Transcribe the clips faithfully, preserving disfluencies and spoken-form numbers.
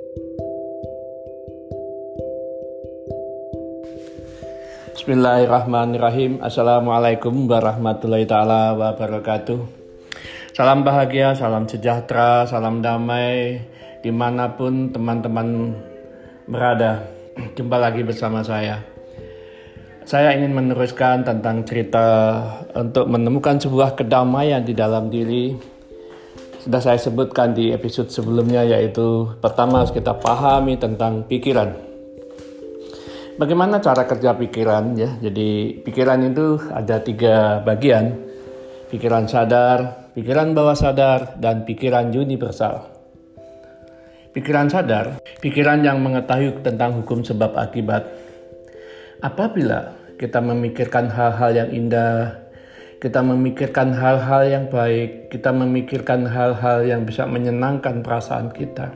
Bismillahirrahmanirrahim. Assalamualaikum warahmatullahi ta'ala wabarakatuh. Salam bahagia, salam sejahtera, salam damai dimanapun teman-teman berada. Jumpa lagi bersama saya. Saya ingin meneruskan tentang cerita untuk menemukan sebuah kedamaian di dalam diri. Sudah saya sebutkan di episode sebelumnya, yaitu pertama harus kita pahami tentang pikiran. Bagaimana cara kerja pikiran ya? Jadi pikiran itu ada tiga bagian. Pikiran sadar, pikiran bawah sadar, dan pikiran universal. Pikiran sadar, pikiran yang mengetahui tentang hukum sebab akibat. Apabila kita memikirkan hal-hal yang indah, kita memikirkan hal-hal yang baik, kita memikirkan hal-hal yang bisa menyenangkan perasaan kita,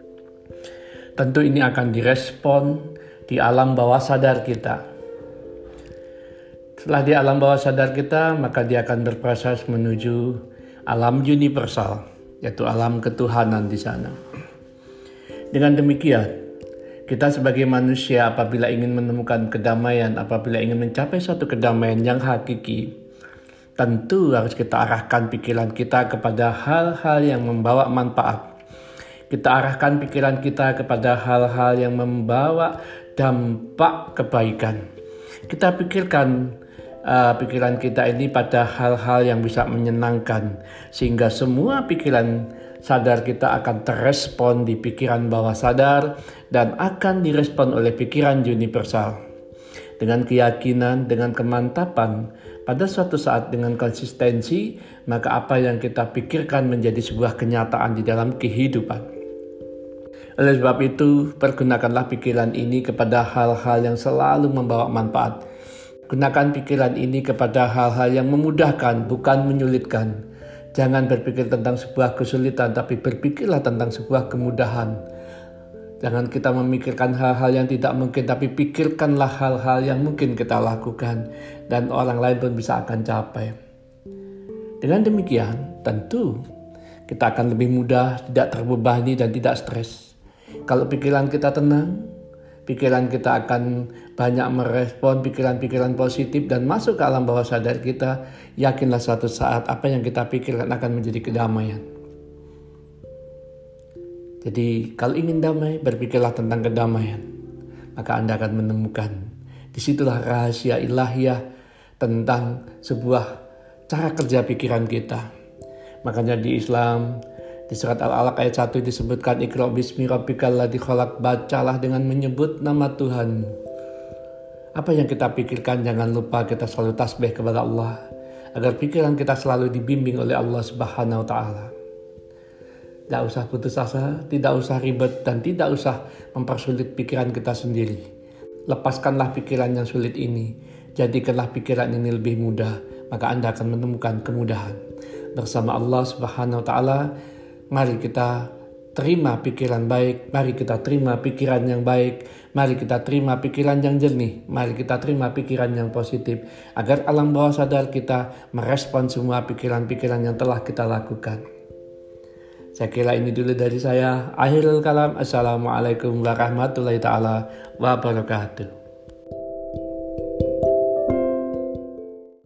tentu ini akan direspon di alam bawah sadar kita. Setelah di alam bawah sadar kita, maka dia akan berproses menuju alam universal, yaitu alam ketuhanan di sana. Dengan demikian, kita sebagai manusia apabila ingin menemukan kedamaian, apabila ingin mencapai suatu kedamaian yang hakiki, tentu harus kita arahkan pikiran kita kepada hal-hal yang membawa manfaat. Kita arahkan pikiran kita kepada hal-hal yang membawa dampak kebaikan. Kita pikirkan uh, pikiran kita ini pada hal-hal yang bisa menyenangkan, sehingga semua pikiran sadar kita akan terrespon di pikiran bawah sadar dan akan direspon oleh pikiran universal. Dengan keyakinan, dengan kemantapan, pada suatu saat dengan konsistensi, maka apa yang kita pikirkan menjadi sebuah kenyataan di dalam kehidupan. Oleh sebab itu, pergunakanlah pikiran ini kepada hal-hal yang selalu membawa manfaat. Gunakan pikiran ini kepada hal-hal yang memudahkan, bukan menyulitkan. Jangan berpikir tentang sebuah kesulitan, tapi berpikirlah tentang sebuah kemudahan. Jangan kita memikirkan hal-hal yang tidak mungkin, tapi pikirkanlah hal-hal yang mungkin kita lakukan, dan orang lain pun bisa akan capai. Dengan demikian, tentu kita akan lebih mudah, tidak terbebani, dan tidak stres. Kalau pikiran kita tenang, pikiran kita akan banyak merespon pikiran-pikiran positif dan masuk ke alam bawah sadar kita. Yakinlah suatu saat apa yang kita pikirkan akan menjadi kedamaian. Jadi kalau ingin damai, berpikirlah tentang kedamaian. Maka Anda akan menemukan. Disitulah rahasia ilahiyah tentang sebuah cara kerja pikiran kita. Makanya di Islam, di surat Al-Alaq ayat satu disebutkan, Iqra bismi rabbikal ladzi khalaq, bacalah dengan menyebut nama Tuhanmu. Apa yang kita pikirkan, jangan lupa kita selalu tasbih kepada Allah, agar pikiran kita selalu dibimbing oleh Allah Subhanahu wa Ta'ala. Tidak usah putus asa, tidak usah ribet, dan tidak usah mempersulit pikiran kita sendiri. Lepaskanlah pikiran yang sulit ini, jadikanlah pikiran ini lebih mudah, maka Anda akan menemukan kemudahan. Bersama Allah Subhanahu wa Ta'ala, mari kita terima pikiran baik, mari kita terima pikiran yang baik, mari kita terima pikiran yang jernih, mari kita terima pikiran yang positif, agar alam bawah sadar kita merespon semua pikiran-pikiran yang telah kita lakukan. Saya kira ini dulu dari saya. Akhirul kalam. Assalamualaikum warahmatullahi ta'ala wabarakatuh.